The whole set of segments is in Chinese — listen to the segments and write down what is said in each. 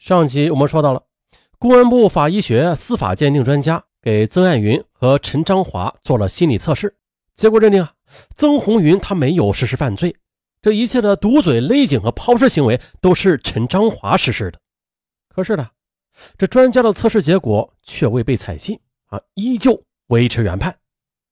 上集我们说到了，公安部法医学司法鉴定专家给曾爱云和陈章华做了心理测试，结果认定曾红云他没有实施犯罪，这一切的堵嘴、勒颈和抛尸行为都是陈章华实施的。可是呢，这专家的测试结果却未被采信依旧维持原判。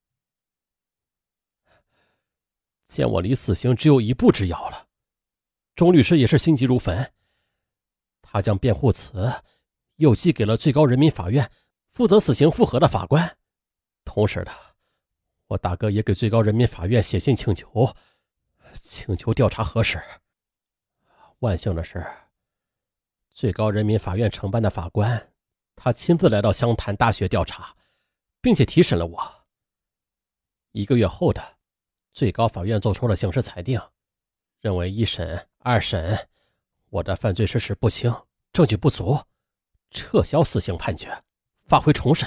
见我离死刑只有一步之遥了，钟律师也是心急如焚。他将辩护词又寄给了最高人民法院负责死刑复核的法官，同时的，我大哥也给最高人民法院写信请求调查核实。万幸的是，最高人民法院承办的法官他亲自来到湘潭大学调查，并且提审了我。1个月后的，最高法院做出了刑事裁定，认为1审、2审我的犯罪事实不清，证据不足，撤销死刑判决，发回重审。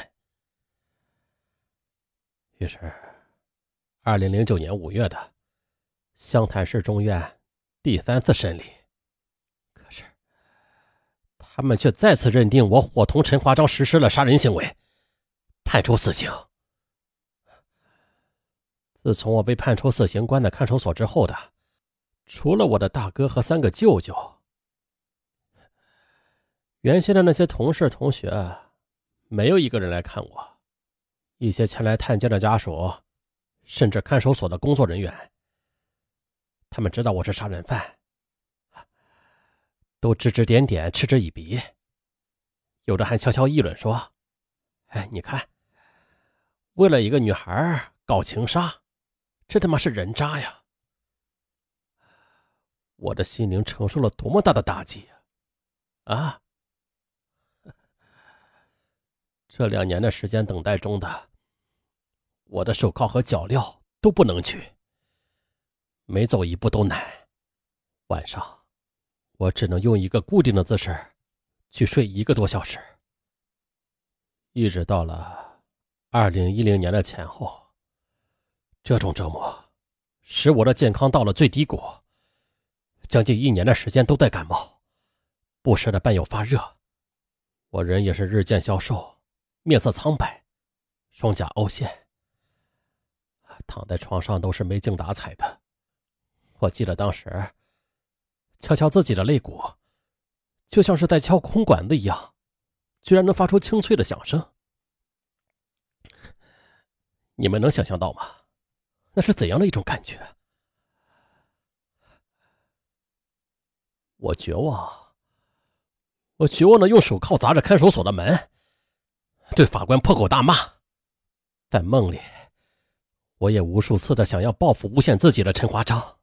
于是2009年5月的湘潭市中院第3次审理，可是他们却再次认定我伙同陈华章实施了杀人行为，判处死刑。自从我被判处死刑关在看守所之后的，除了我的大哥和3个舅舅，原先的那些同事同学没有一个人来看我，一些前来探监的家属，甚至看守所的工作人员，他们知道我是杀人犯，都指指点点，嗤之以鼻，有的还悄悄议论说，你看，为了一个女孩搞情杀，这他妈是人渣呀。我的心灵承受了多么大的打击这2年的时间等待中的，我的手铐和脚镣都不能取，每走一步都难。晚上我只能用一个固定的姿势去睡1个多小时，一直到了2010年的前后，这种折磨使我的健康到了最低谷，将近1年的时间都在感冒，不时的伴有发热，我人也是日渐消瘦，面色苍白，双颊凹陷，躺在床上都是没精打采的。我记得当时敲敲自己的肋骨，就像是在敲空管子一样，居然能发出清脆的响声。你们能想象到吗？那是怎样的一种感觉？我绝望地用手铐砸着看守所的门，对法官破口大骂。在梦里，我也无数次的想要报复诬陷自己的陈华章。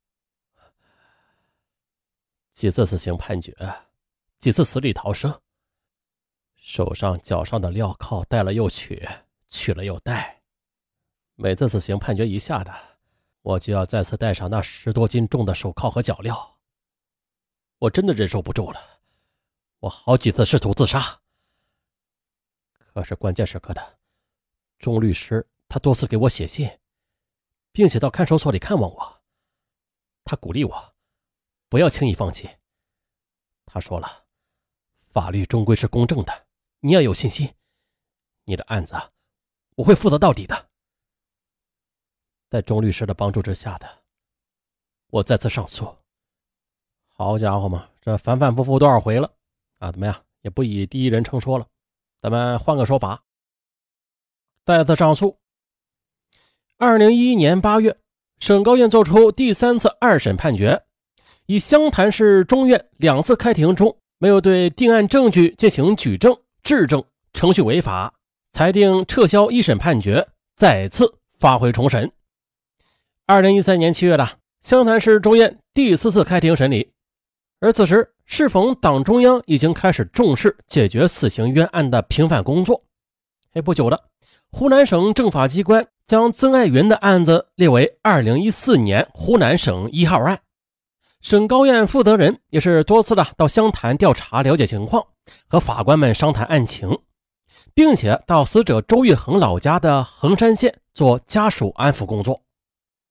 几次死刑判决，几次死里逃生，手上脚上的镣铐戴了又取，取了又戴，每次死刑判决一下的，我就要再次戴上那10多斤重的手铐和脚镣。我真的忍受不住了，我好几次试图自杀。可是关键时刻的钟律师他多次给我写信，并且到看守所里看望我，他鼓励我不要轻易放弃。他说了，法律终归是公正的，你要有信心，你的案子我会负责到底的。在钟律师的帮助之下的，我再次上诉。好家伙嘛，这反反复复多少回了怎么样，也不以第一人称说了，咱们换个说法，再次上诉。2011年8月，省高院作出第3次2审判决，以湘潭市中院2次开庭中没有对定案证据进行举证质证，程序违法，裁定撤销1审判决，再次发回重审。2013年7月的湘潭市中院第4次开庭审理，而此时适逢党中央已经开始重视解决死刑冤案的平反工作。不久的，湖南省政法机关将曾爱云的案子列为2014年湖南省1号案。省高院负责人也是多次的到湘潭调查了解情况，和法官们商谈案情，并且到死者周玉恒老家的衡山县做家属安抚工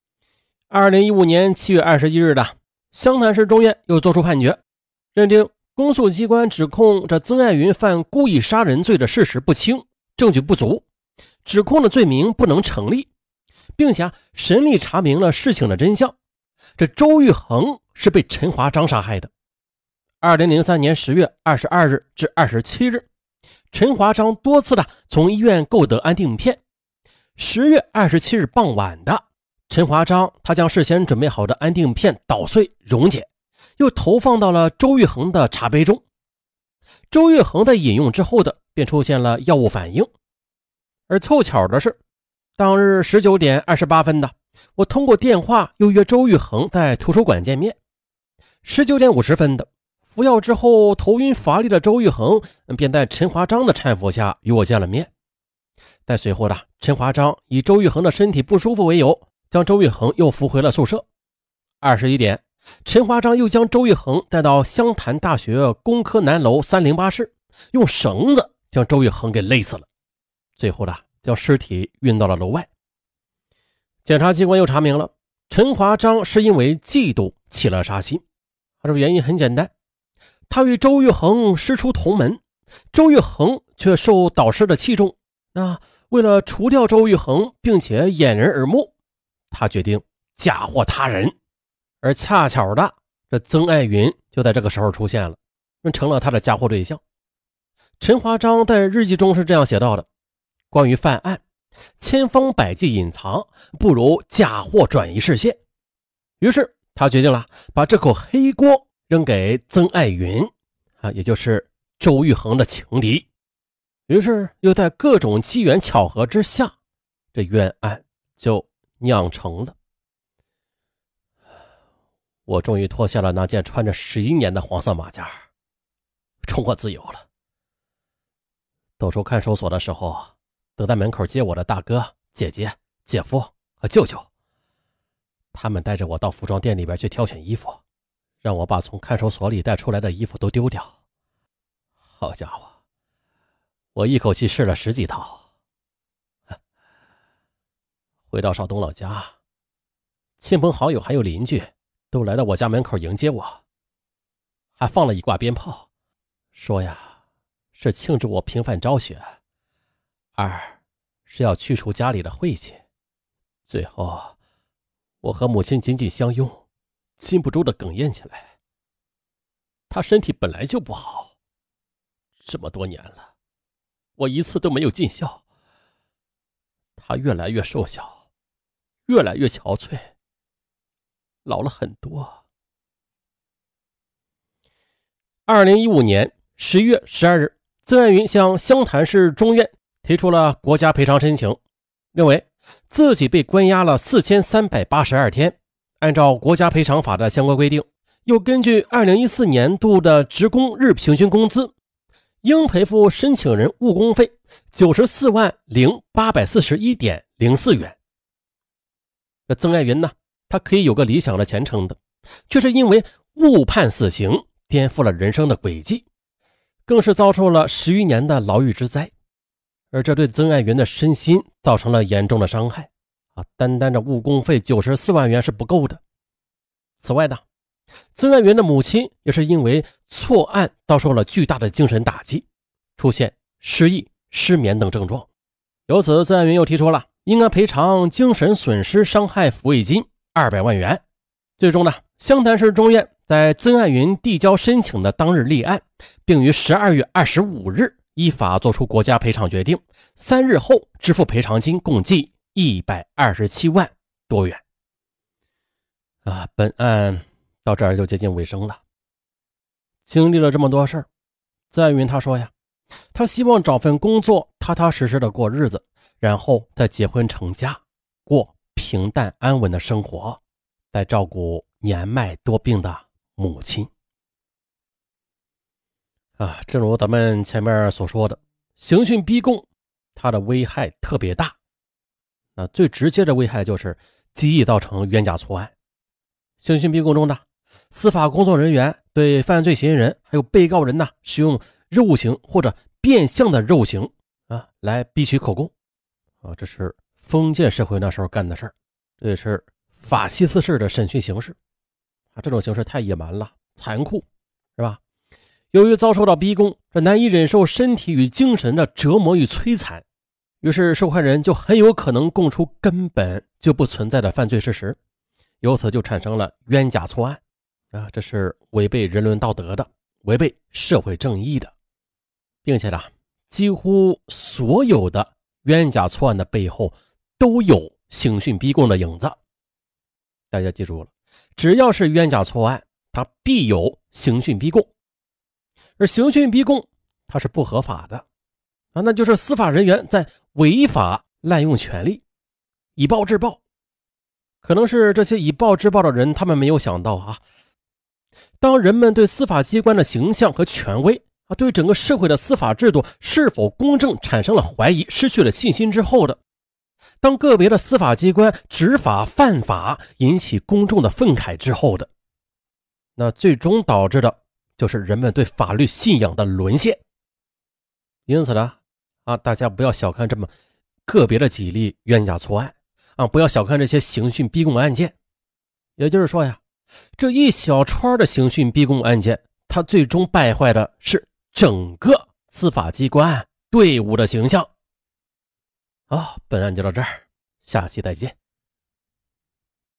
作。2015年7月21日的湘潭市中院又作出判决，认定公诉机关指控这曾爱云犯故意杀人罪的事实不清，证据不足，指控的罪名不能成立，并且审理查明了事情的真相，这周玉衡是被陈华章杀害的。2003年10月22日至27日，陈华章多次的从医院购得安定片。10月27日傍晚的，陈华章他将事先准备好的安定片捣碎溶解，又投放到了周玉衡的茶杯中。周玉衡在饮用之后的便出现了药物反应。而凑巧的是，当日19点28分的，我通过电话又约周玉衡在图书馆见面。19点50分的，服药之后头晕乏力的周玉衡便在陈华章的搀扶下与我见了面。但随后的陈华章以周玉衡的身体不舒服为由，将周玉衡又扶回了宿舍。21点，陈华章又将周玉衡带到湘潭大学工科南楼308室，用绳子将周玉衡给勒死了。最后的将尸体运到了楼外。检察机关又查明了陈华章是因为嫉妒起了杀心，这原因很简单，他与周玉衡师出同门，周玉衡却受导师的器重，为了除掉周玉衡并且掩人耳目，他决定嫁祸他人。而恰巧的，这曾爱云就在这个时候出现了，成了他的嫁祸对象。陈华章在日记中是这样写到的：关于犯案，千方百计隐藏，不如嫁祸转移视线。于是他决定了把这口黑锅扔给曾爱云，也就是周玉衡的情敌。于是又在各种机缘巧合之下，这冤案就酿成了。我终于脱下了那件穿着11年的黄色马甲，重获自由了。走出看守所的时候，等在门口接我的大哥、姐姐、姐夫和舅舅，他们带着我到服装店里边去挑选衣服，让我把从看守所里带出来的衣服都丢掉。好家伙，我一口气试了10几套。回到邵东老家，亲朋好友还有邻居都来到我家门口迎接我，还放了一挂鞭炮，说是庆祝我平反昭雪，二是要去除家里的晦气。最后我和母亲紧紧相拥，禁不住的哽咽起来。她身体本来就不好，这么多年了，我一次都没有尽孝。她越来越瘦小，越来越憔悴，老了很多。2015年11月12日，曾爱云向湘潭市中院提出了国家赔偿申请，认为自己被关押了4382天，按照国家赔偿法的相关规定，又根据2014年度的职工日平均工资，应赔付申请人误工费940841.04元。这曾爱云呢，他可以有个理想的前程的，却是因为误判死刑，颠覆了人生的轨迹，更是遭受了10余年的牢狱之灾。而这对曾爱云的身心造成了严重的伤害单单这误工费94万元是不够的。此外呢，曾爱云的母亲也是因为错案遭受了巨大的精神打击，出现失忆、失眠等症状。由此，曾爱云又提出了应该赔偿精神损失伤害抚慰金200万元。最终呢，湘潭市中院在曾爱云递交申请的当日立案，并于12月25日依法作出国家赔偿决定，3日后支付赔偿金共计127万多元。本案到这儿就接近尾声了。经历了这么多事儿，曾爱云他说他希望找份工作，踏踏实实的过日子，然后再结婚成家，过平淡安稳的生活，再照顾年迈多病的母亲。正如咱们前面所说的，刑讯逼供它的危害特别大。最直接的危害就是极易造成冤假错案。刑讯逼供中的司法工作人员对犯罪嫌疑人还有被告人使用肉刑或者变相的肉刑来逼取口供这是封建社会那时候干的事儿，这也是法西斯式的审讯形式这种形式太野蛮了，残酷，是吧？ 由于遭受到逼供，这难以忍受身体与精神的折磨与摧残，于是受害人就很有可能供出根本就不存在的犯罪事实，由此就产生了冤假错案这是违背人伦道德的，违背社会正义的，并且几乎所有的冤假错案的背后都有刑讯逼供的影子。大家记住了，只要是冤假错案，它必有刑讯逼供，而刑讯逼供它是不合法的那就是司法人员在违法滥用权力，以暴制暴。可能是这些以暴制暴的人，他们没有想到当人们对司法机关的形象和权威对整个社会的司法制度是否公正产生了怀疑，失去了信心之后的，当个别的司法机关执法犯法引起公众的愤慨之后的，那最终导致的就是人们对法律信仰的沦陷。因此呢大家不要小看这么个别的几例冤假错案不要小看这些刑讯逼供案件。也就是说这一小串的刑讯逼供案件，它最终败坏的是整个司法机关队伍的形象。本案就到这儿，下期再见。